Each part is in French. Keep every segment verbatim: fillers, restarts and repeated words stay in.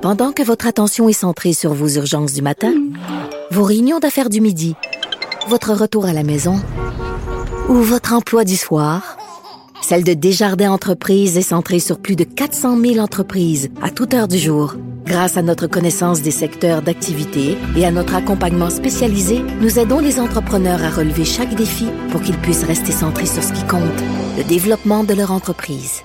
Pendant que votre attention est centrée sur vos urgences du matin, vos réunions d'affaires du midi, votre retour à la maison ou votre emploi du soir, celle de Desjardins Entreprises est centrée sur plus de quatre cent mille entreprises à toute heure du jour. Grâce à notre connaissance des secteurs d'activité et à notre accompagnement spécialisé, nous aidons les entrepreneurs à relever chaque défi pour qu'ils puissent rester centrés sur ce qui compte, le développement de leur entreprise.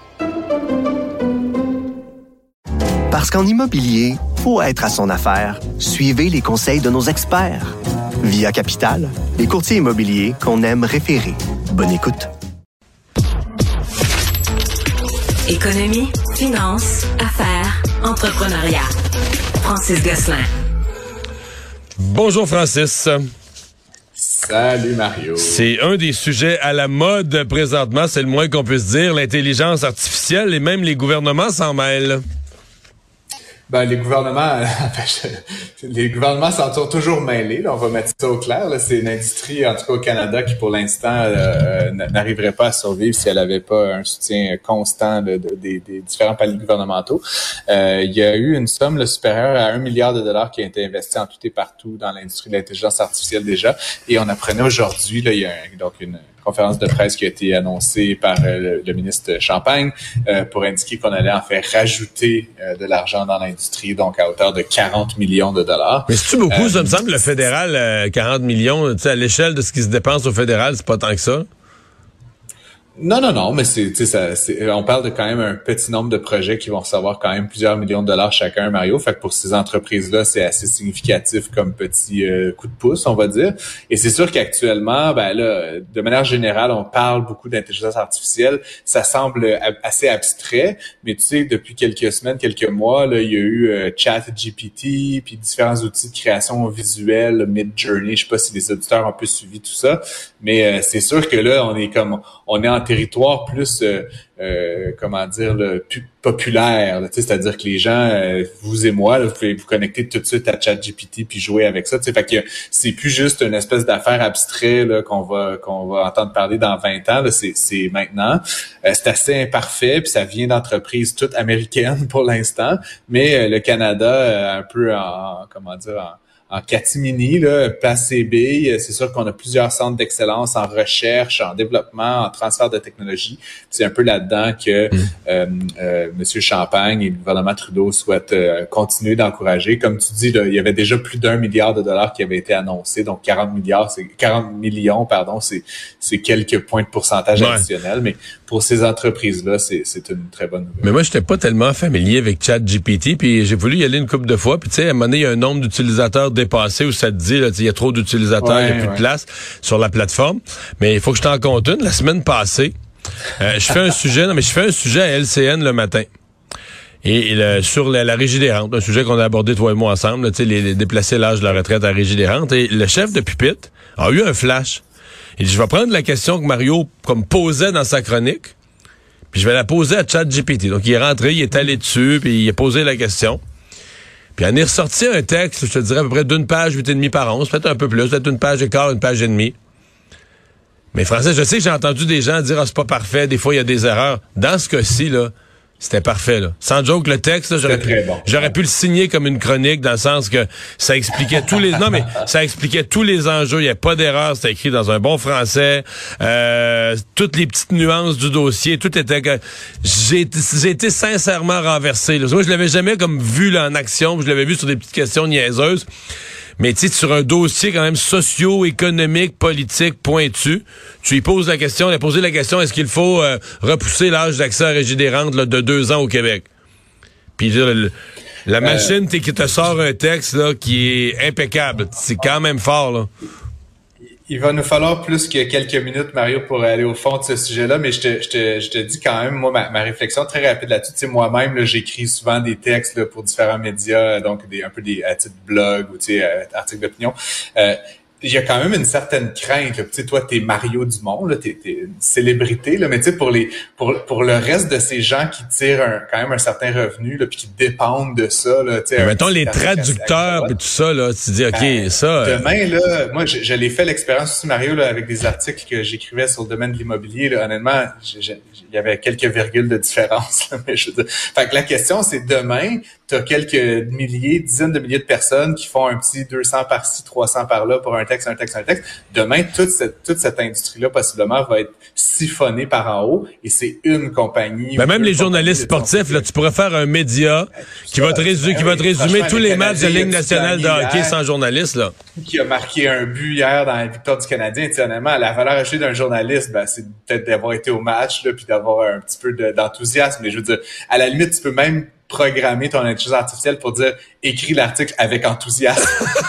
Parce qu'en immobilier, faut être à son affaire. Suivez les conseils de nos experts. Via Capital, les courtiers immobiliers qu'on aime référer. Bonne écoute. Économie, finance, affaires, entrepreneuriat. Francis Gosselin. Bonjour Francis. Salut Mario. C'est un des sujets à la mode présentement, c'est le moins qu'on puisse dire, l'intelligence artificielle, et même les gouvernements s'en mêlent. Ben, les gouvernements, les gouvernements s'en sont toujours mêlés. Là, on va mettre ça au clair. Là. C'est une industrie, en tout cas au Canada, qui pour l'instant euh, n'arriverait pas à survivre si elle n'avait pas un soutien constant de, de, de, des différents paliers gouvernementaux. Euh, il y a eu une somme là, supérieure à un milliard de dollars qui a été investie en tout et partout dans l'industrie de l'intelligence artificielle déjà. Et on apprenait aujourd'hui, là, il y a un, donc une conférence de presse qui a été annoncée par euh, le, le ministre Champagne euh, pour indiquer qu'on allait en faire rajouter euh, de l'argent dans l'industrie, donc à hauteur de quarante millions de dollars. Mais c'est-tu beaucoup? Euh, ça me semble, le fédéral, euh, quarante millions, tu sais, à l'échelle de ce qui se dépense au fédéral, c'est pas tant que ça. Non, non, non, mais c'est, tu sais, ça, c'est, on parle de quand même un petit nombre de projets qui vont recevoir quand même plusieurs millions de dollars chacun, Mario. Fait que pour ces entreprises-là, c'est assez significatif comme petit euh, coup de pouce, on va dire. Et c'est sûr qu'actuellement, ben là, de manière générale, on parle beaucoup d'intelligence artificielle. Ça semble assez abstrait, mais tu sais, depuis quelques semaines, quelques mois, là, il y a eu euh, ChatGPT, puis différents outils de création visuelle, Midjourney. Je sais pas si les auditeurs ont un peu suivi tout ça, mais euh, c'est sûr que là, on est comme, on est en territoire plus, euh, euh, comment dire, là, plus populaire, là, c'est-à-dire que les gens, euh, vous et moi, là, vous pouvez vous connecter tout de suite à ChatGPT puis jouer avec ça. Fait que c'est plus juste une espèce d'affaire abstraite là, qu'on va qu'on va entendre parler dans vingt ans. Là, c'est, c'est maintenant. Euh, c'est assez imparfait, puis ça vient d'entreprises toutes américaines pour l'instant, mais euh, le Canada, euh, un peu en, comment dire, en en catimini, là, place ses billes. C'est sûr qu'on a plusieurs centres d'excellence en recherche, en développement, en transfert de technologie. C'est un peu là-dedans que mmh. euh, euh, M. Champagne et le gouvernement Trudeau souhaitent euh, continuer d'encourager. Comme tu dis, là, il y avait déjà plus d'un milliard de dollars qui avaient été annoncés, donc quarante milliards, c'est quarante millions, pardon, c'est c'est quelques points de pourcentage ouais. additionnels, mais pour ces entreprises-là, c'est c'est une très bonne nouvelle. Mais moi, j'étais pas tellement familier avec ChatGPT, puis j'ai voulu y aller une couple de fois, puis tu sais, à un moment donné, il y a un nombre d'utilisateurs dépassé où ça te dit, il y a trop d'utilisateurs, il ouais, n'y a plus ouais. de place sur la plateforme. Mais il faut que je t'en compte une. La semaine passée, euh, je fais un sujet, non mais je fais un sujet à L C N le matin. Et, et le, sur la, la Régie des rentes, un sujet qu'on a abordé toi et moi ensemble, tu sais, les, les déplacer l'âge de la retraite à la Régie des rentes. Et le chef de pupitre a eu un flash. Il dit, je vais prendre la question que Mario comme posait dans sa chronique, puis je vais la poser à ChatGPT. Donc il est rentré, il est allé dessus, puis il a posé la question. Puis en est ressorti un texte, je te dirais à peu près d'une page, huit et demi par onze, peut-être un peu plus, peut-être une page et quart, une page et demie. Mais Français, je sais que j'ai entendu des gens dire « Ah, c'est pas parfait, des fois il y a des erreurs ». Dans ce cas-ci, là, c'était parfait, là. Sans joke, le texte, là, j'aurais, pu, bon. j'aurais pu le signer comme une chronique dans le sens que ça expliquait tous les, non, mais ça expliquait tous les enjeux. Il n'y a pas d'erreur. C'était écrit dans un bon français. Euh, toutes les petites nuances du dossier. Tout était, j'ai, j'ai été sincèrement renversé, là. Moi, je l'avais jamais comme vu, là, en action. Je l'avais vu sur des petites questions niaiseuses. Mais tu sais, sur un dossier quand même socio-économique, politique, pointu, tu lui poses la question, il a posé la question, est-ce qu'il faut euh, repousser l'âge d'accès à la Régie des rentes là, de deux ans au Québec? Puis là, le, la machine euh... qui te sort un texte là qui est impeccable. C'est quand même fort, là. Il va nous falloir plus que quelques minutes, Mario, pour aller au fond de ce sujet-là, mais je te, je te, je te dis quand même, moi, ma, ma réflexion très rapide là-dessus, tu sais, moi-même, là, j'écris souvent des textes là, pour différents médias, donc des un peu des à titre blog ou tu sais, articles d'opinion. Euh, il y a quand même une certaine crainte. Tu sais, toi, t'es Mario Dumont, là, t'es, t'es une célébrité, là, mais tu sais, pour les, pour, pour le reste de ces gens qui tirent un, quand même un certain revenu, là, puis qui dépendent de ça, là, tu sais. Mettons les traducteurs et tout ça, là, tu dis, ok, ben, ça. Demain, là, moi, je, je l'ai fait l'expérience aussi, Mario, là, avec des articles que j'écrivais sur le domaine de l'immobilier, là, honnêtement, il y avait quelques virgules de différence, là, mais je veux dire. Fait que la question, c'est demain, t'as quelques milliers, dizaines de milliers de personnes qui font un petit deux cents par-ci, trois cents par-là pour un texte, un texte, un texte. Demain, toute cette, toute cette industrie-là, possiblement, va être siphonnée par en haut et c'est une compagnie. Ben même les journalistes sportifs, là, tu pourrais faire un média qui va te résumer, qui va te résumer tous les matchs de Ligue nationale de hockey sans journaliste, là. Qui a marqué un but hier dans la victoire du Canadien. Honnêtement, la valeur ajoutée d'un journaliste, ben, c'est peut-être d'avoir été au match, là, puis d'avoir un petit peu de, d'enthousiasme. Mais je veux dire, à la limite, tu peux même programmer ton intelligence artificielle pour dire écris l'article avec enthousiasme.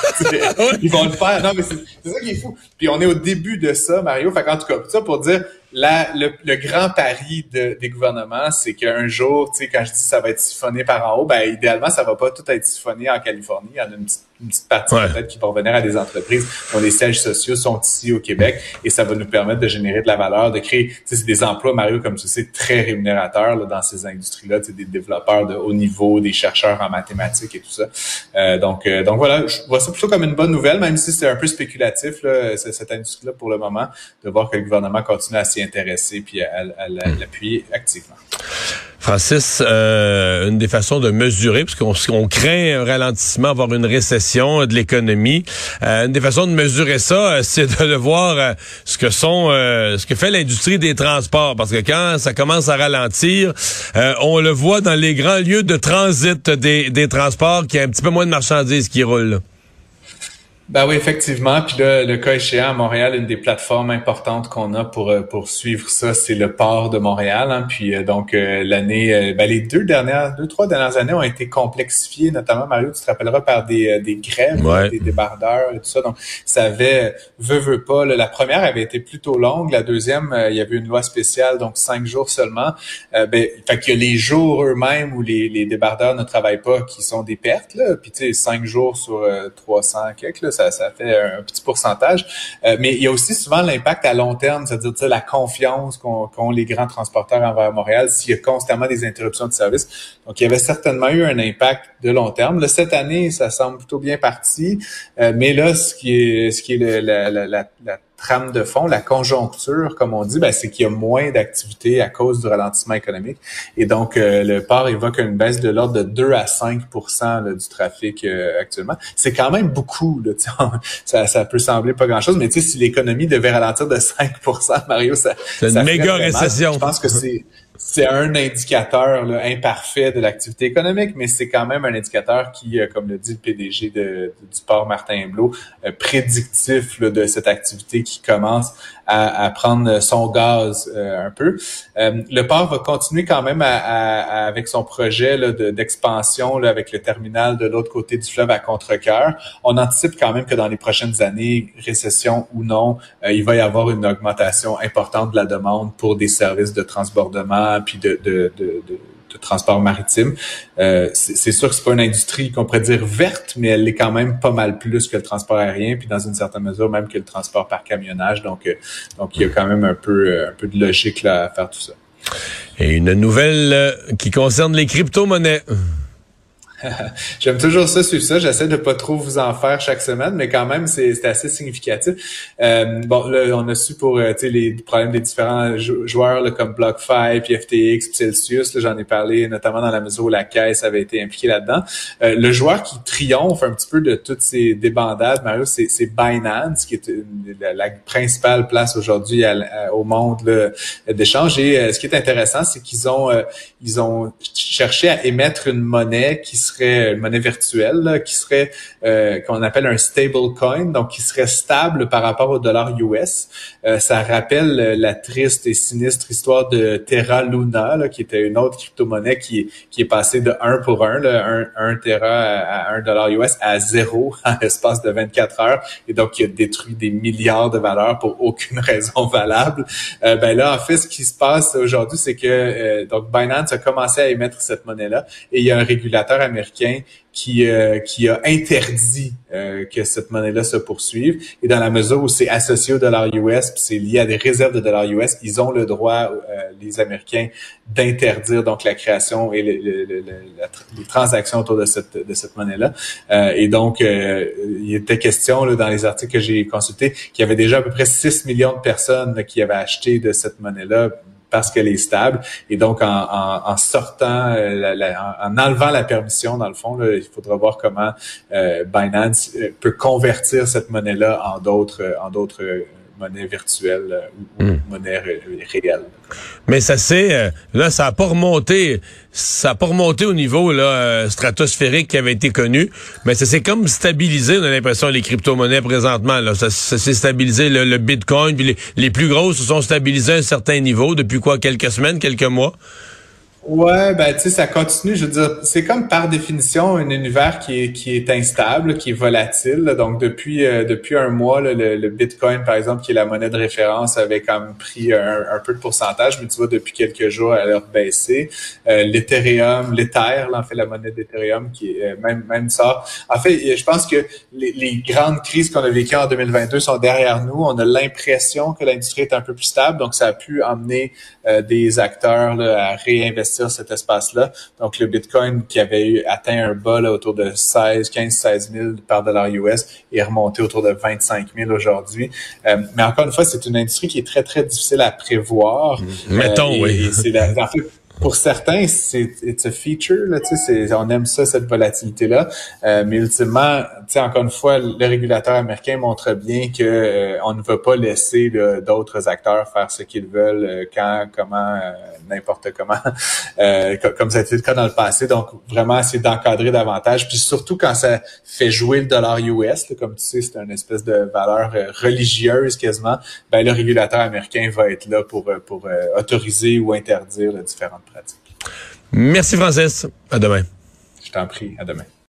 Ils vont le faire. Non, mais c'est, c'est ça qui est fou. Puis on est au début de ça, Mario. Fait qu'en tout cas, ça pour dire la, le, le grand pari de, des gouvernements, c'est qu'un jour, tu sais, quand je dis ça va être siphonné par en haut, ben idéalement, ça va pas tout être siphonné en Californie. Il y en a une petite, une petite partie ouais. peut-être qui va revenir à des entreprises dont les sièges sociaux sont ici au Québec et ça va nous permettre de générer de la valeur, de créer, tu sais, c'est des emplois, Mario, comme tu sais, très rémunérateurs là, dans ces industries-là, tu sais, des développeurs de haut niveau, des chercheurs en mathématiques et tout ça. Euh, donc, euh, donc voilà, je vois ça plutôt comme une bonne nouvelle, même si c'est un peu spéculatif là, cette industrie-là pour le moment, de voir que le gouvernement continue à s'y intéresser puis à, à, à l'appuyer activement. Francis, euh, une des façons de mesurer, parce qu'on on craint un ralentissement, voire une récession de l'économie, euh, une des façons de mesurer ça, c'est de, de voir euh, ce que sont, euh, ce que fait l'industrie des transports, parce que quand ça commence à ralentir, euh, on le voit dans les grands lieux de transit des, des transports, qu'il y a un petit peu moins de marchandises qui roulent, là. Ben oui, effectivement. Puis là, le cas échéant à Montréal, une des plateformes importantes qu'on a pour pour suivre ça, c'est le port de Montréal. Hein. Puis euh, donc euh, l'année, euh, ben les deux dernières, deux trois dernières années ont été complexifiées, notamment Mario, tu te rappelleras par des des grèves, ouais. des débardeurs et tout ça. Donc ça avait veut veut pas. Là, la première avait été plutôt longue, la deuxième, euh, il y avait une loi spéciale, donc cinq jours seulement. Euh, ben fait que les jours eux-mêmes où les les débardeurs ne travaillent pas, qui sont des pertes là. Puis tu sais, cinq jours sur euh, trois cents quelques là. Ça, ça fait un petit pourcentage. Euh, mais il y a aussi souvent l'impact à long terme, c'est-à-dire tu sais, la confiance qu'ont, qu'ont les grands transporteurs envers Montréal s'il y a constamment des interruptions de service. Donc, il y avait certainement eu un impact de long terme. Là, cette année, ça semble plutôt bien parti. Euh, mais là, ce qui est ce qui est le, la, la, la, la trame de fond, la conjoncture, comme on dit, ben, c'est qu'il y a moins d'activité à cause du ralentissement économique. Et donc, euh, le port évoque une baisse de l'ordre de deux à cinq pour cent là, du trafic euh, actuellement. C'est quand même beaucoup. Là, ça, ça peut sembler pas grand-chose, mais tu sais, si l'économie devait ralentir de cinq pour cent, Mario, ça c'est ça une méga récession. Je pense que c'est c'est un indicateur là, imparfait de l'activité économique, mais c'est quand même un indicateur qui, euh, comme le dit le P D G de, du port Martin Blot, euh, prédictif là, de cette activité qui commence à, à prendre son gaz euh, un peu. Euh, le port va continuer quand même à, à, à, avec son projet là, de, d'expansion là, avec le terminal de l'autre côté du fleuve à Contrecœur. On anticipe quand même que dans les prochaines années, récession ou non, euh, il va y avoir une augmentation importante de la demande pour des services de transbordement puis de, de, de, de, de transport maritime. Euh, c'est, c'est sûr que c'est pas une industrie qu'on pourrait dire verte, mais elle est quand même pas mal plus que le transport aérien, puis dans une certaine mesure même que le transport par camionnage. Donc, euh, donc il y a quand même un peu, un peu de logique là à faire tout ça. Et une nouvelle euh, qui concerne les crypto-monnaies. J'aime toujours ça, suivre ça. J'essaie de pas trop vous en faire chaque semaine, mais quand même, c'est, c'est assez significatif. Euh, bon, là, on a su pour euh, les problèmes des différents joueurs là, comme BlockFi, puis F T X, puis Celsius. Là, j'en ai parlé notamment dans la mesure où la caisse avait été impliquée là-dedans. Euh, le joueur qui triomphe un petit peu de toutes ces débandades, Mario, c'est, c'est Binance, qui est une, la, la principale place aujourd'hui à, à, au monde là, d'échange. Et euh, ce qui est intéressant, c'est qu'ils ont euh, ils ont cherché à émettre une monnaie qui serait une monnaie virtuelle, là, qui serait euh, qu'on appelle un stable coin, donc qui serait stable par rapport au dollar U S. Euh, ça rappelle la triste et sinistre histoire de Terra Luna, là, qui était une autre crypto-monnaie qui, qui est passée de un pour un, là, un, un Terra à un dollar U S à zéro en l'espace de vingt-quatre heures, et donc qui a détruit des milliards de valeurs pour aucune raison valable. Euh, ben là, en fait, ce qui se passe aujourd'hui, c'est que euh, donc Binance a commencé à émettre cette monnaie-là, et il y a un régulateur américain qui euh, qui a interdit euh, que cette monnaie-là se poursuive. Et dans la mesure où c'est associé au dollar U S, puis c'est lié à des réserves de dollars U S, ils ont le droit, euh, les Américains, d'interdire donc la création et le, le, le, la, les transactions autour de cette de cette monnaie-là. Euh, et donc, euh, il était question là, dans les articles que j'ai consultés qu'il y avait déjà à peu près six millions de personnes là, qui avaient acheté de cette monnaie-là parce qu'elle est stable. Et donc, en, en, en sortant, euh, la, la, en enlevant la permission, dans le fond, là, il faudra voir comment euh, Binance peut convertir cette monnaie-là en d'autres, en d'autres euh, monnaie virtuelle euh, ou, mm. ou monnaie ré- réelle. Mais ça c'est euh, là ça a pas remonté ça a pas remonté au niveau là euh, stratosphérique qui avait été connu, mais ça s'est comme stabilisé, on a l'impression, les crypto-monnaies présentement là, ça, ça s'est stabilisé, le, le Bitcoin puis les, les plus grosses se sont stabilisées à un certain niveau depuis quoi, quelques semaines, quelques mois. Ouais, ben tu sais, ça continue. Je veux dire, c'est comme par définition un univers qui est qui est instable, qui est volatile. Là. Donc depuis euh, depuis un mois, là, le, le Bitcoin, par exemple, qui est la monnaie de référence, avait quand même pris un, un peu de pourcentage, mais tu vois, depuis quelques jours, elle a baissé. Euh, L'Ethereum, l'Ether, là, en fait, la monnaie d'Ethereum, qui est euh, même même ça. En fait, je pense que les, les grandes crises qu'on a vécues en deux mille vingt-deux sont derrière nous. On a l'impression que l'industrie est un peu plus stable, donc ça a pu emmener euh, des acteurs là, à réinvestir cet espace-là. Donc, le Bitcoin qui avait eu, atteint un bas là, autour de seize, quinze, seize mille par dollar U S est remonté autour de vingt-cinq mille aujourd'hui. Euh, mais encore une fois, c'est une industrie qui est très, très difficile à prévoir. Mettons, euh, et, oui. Et c'est la, en fait, pour certains, c'est it's a feature, là, tu sais, c'est, on aime ça, cette volatilité-là. Euh, mais ultimement, tu sais, encore une fois, le régulateur américain montre bien que euh, on ne va pas laisser là, d'autres acteurs faire ce qu'ils veulent, euh, quand, comment, euh, n'importe comment, euh, comme ça a été le cas dans le passé. Donc, vraiment, essayer d'encadrer davantage. Puis surtout quand ça fait jouer le dollar U S, là, comme tu sais, c'est une espèce de valeur euh, religieuse quasiment. Ben, le régulateur américain va être là pour pour euh, autoriser ou interdire les différentes pratiques. Merci Francis. À demain. Je t'en prie. À demain.